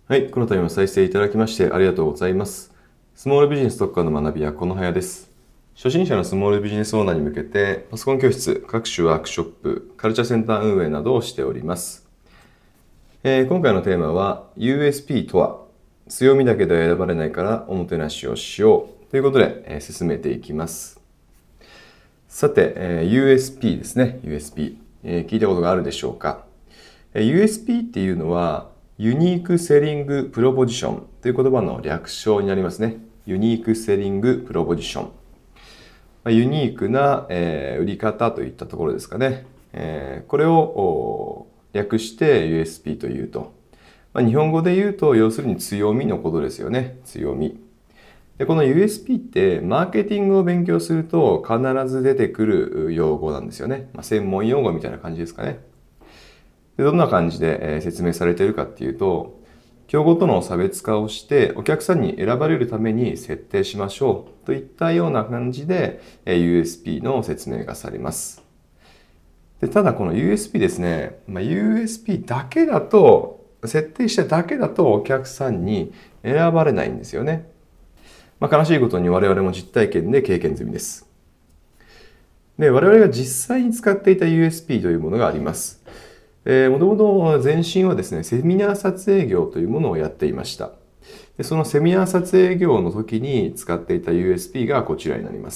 はい、この度も再生いただきましてありがとうございます。スモールビジネス特化の学びはこのはやです。初心者のスモールビジネスオーナーに向けて、パソコン教室、各種ワークショップ、カルチャーセンター運営などをしております。今回のテーマは USP とは、強みだけでは選ばれないからおもてなしをしようということで、進めていきます。さて、USP ですね。USP、聞いたことがあるでしょうか。USP っていうのはユニークセリングプロポジションという言葉の略称になりますね。ユニークセリングプロポジション。ユニークな、売り方といったところですかね。これを略して USP というと。日本語で言うと要するに強みのことですよね。強み。で、この USP ってマーケティングを勉強すると必ず出てくる用語なんですよね。専門用語みたいな感じですかね。で、どんな感じで説明されているかっていうと、競合との差別化をしてお客さんに選ばれるために設定しましょうといったような感じで USP の説明がされます。で、ただこの USP ですね、USP だけだと、設定しただけだとお客さんに選ばれないんですよね。悲しいことに我々も実体験で経験済みです。で、我々が実際に使っていた USP というものがあります。もともと前身はですね、セミナー撮影業というものをやっていました。で、そのセミナー撮影業の時に使っていた USP がこちらになります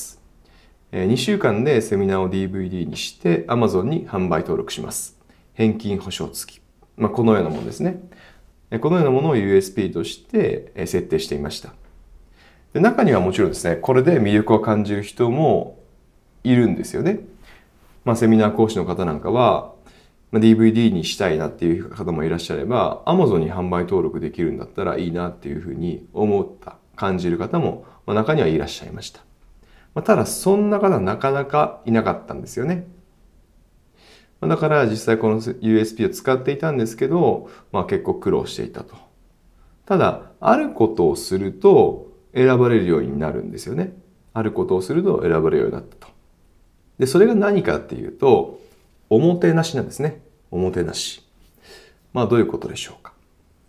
。2週間でセミナーを DVD にして Amazon に販売登録します。返金保証付き。このようなものですね。このようなものを USP として設定していました。で、中にはもちろんですね、これで魅力を感じる人もいるんですよね。セミナー講師の方なんかは、DVD にしたいなっていう方もいらっしゃれば、Amazon に販売登録できるんだったらいいなっていうふうに思った、感じる方も中にはいらっしゃいました。ただ、そんな方はなかなかいなかったんですよね。だから実際この USP を使っていたんですけど、結構苦労していたと。ただ、あることをすると選ばれるようになるんですよね。あることをすると選ばれるようになったと。で、それが何かっていうと、おもてなしなんですね。おもてなし。どういうことでしょうか。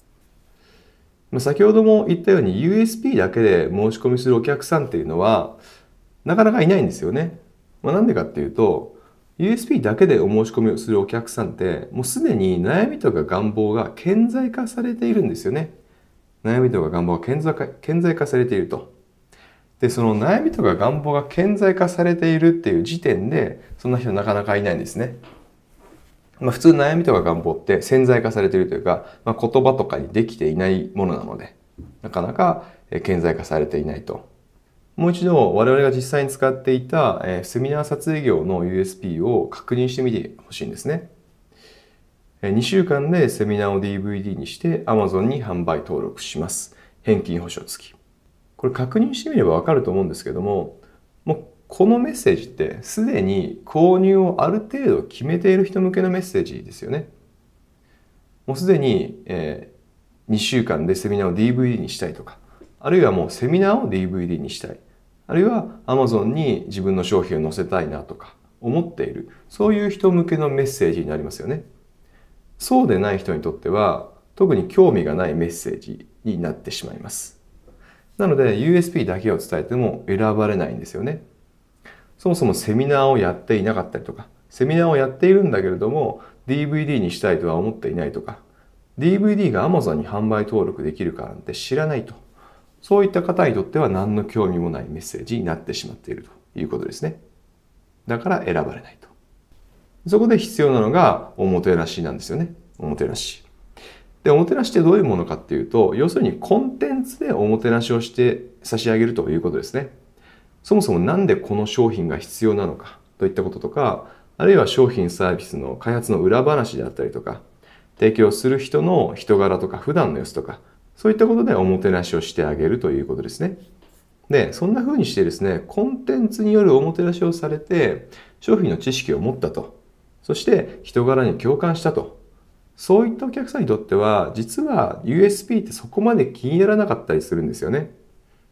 先ほども言ったように USP だけで申し込みするお客さんっていうのはなかなかいないんですよね。なんでかっていうと USP だけでお申し込みをするお客さんってもうすでに悩みとか願望が顕在化されているんですよね。悩みとか願望が顕在化されていると。で、その悩みとか願望が顕在化されているっていう時点でそんな人なかなかいないんですね。普通悩みとか願望って潜在化されているというか、言葉とかにできていないものなので、なかなか顕在化されていないと。もう一度我々が実際に使っていたセミナー撮影業の USP を確認してみてほしいんですね。2週間でセミナーを DVD にして Amazon に販売登録します。返金保証付き。これ確認してみればわかると思うんですけども、このメッセージってすでに購入をある程度決めている人向けのメッセージですよね。もうすでに、2週間でセミナーを DVD にしたいとか、あるいはもうセミナーを DVD にしたい、あるいは Amazon に自分の商品を載せたいなとか思っている、そういう人向けのメッセージになりますよね。そうでない人にとっては特に興味がないメッセージになってしまいます。なので USP だけを伝えても選ばれないんですよね。そもそもセミナーをやっていなかったりとか、セミナーをやっているんだけれども DVD にしたいとは思っていないとか、DVD が Amazon に販売登録できるかなんて知らないと。そういった方にとっては何の興味もないメッセージになってしまっているということですね。だから選ばれないと。そこで必要なのがおもてなしなんですよね。おもてなし。で、おもてなしってどういうものかっていうと、要するにコンテンツでおもてなしをして差し上げるということですね。そもそもなんでこの商品が必要なのかといったこととか、あるいは商品サービスの開発の裏話であったりとか、提供する人の人柄とか普段の様子とか、そういったことでおもてなしをしてあげるということですね。で、そんな風にしてですね、コンテンツによるおもてなしをされて、商品の知識を持ったと。そして人柄に共感したと。そういったお客さんにとっては、実は USP ってそこまで気にならなかったりするんですよね。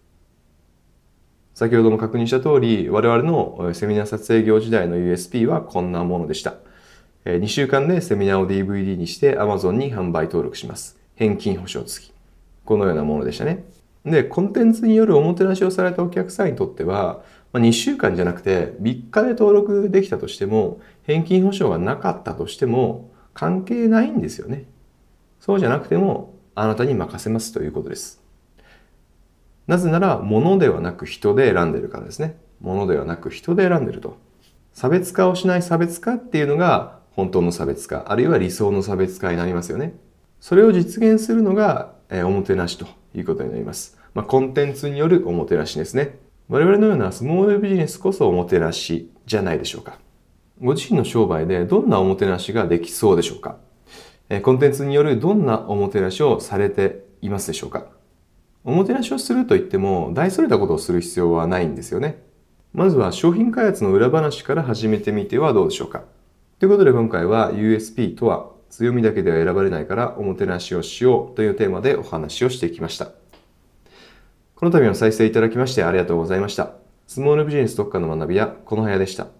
先ほども確認した通り、我々のセミナー撮影業時代の USP はこんなものでした。2週間でセミナーを DVD にして Amazon に販売登録します。返金保証付き。 このようなものでしたね。で、コンテンツによるおもてなしをされたお客さんにとっては、2週間じゃなくて3日で登録できたとしても、返金保証がなかったとしても関係ないんですよね。そうじゃなくてもあなたに任せますということです。なぜなら、物ではなく人で選んでいるからですね。物ではなく人で選んでいると。差別化をしない差別化っていうのが本当の差別化、あるいは理想の差別化になりますよね。それを実現するのがおもてなしということになります。コンテンツによるおもてなしですね。我々のようなスモールビジネスこそおもてなしじゃないでしょうか。ご自身の商売でどんなおもてなしができそうでしょうか。コンテンツによるどんなおもてなしをされていますでしょうか。おもてなしをするといっても大それたことをする必要はないんですよね。まずは商品開発の裏話から始めてみてはどうでしょうか。ということで今回は USP とは強みだけでは選ばれないからおもてなしをしようというテーマでお話をしてきました。この度の再生いただきましてありがとうございました。スモールビジネス特化の学び屋、このはやでした。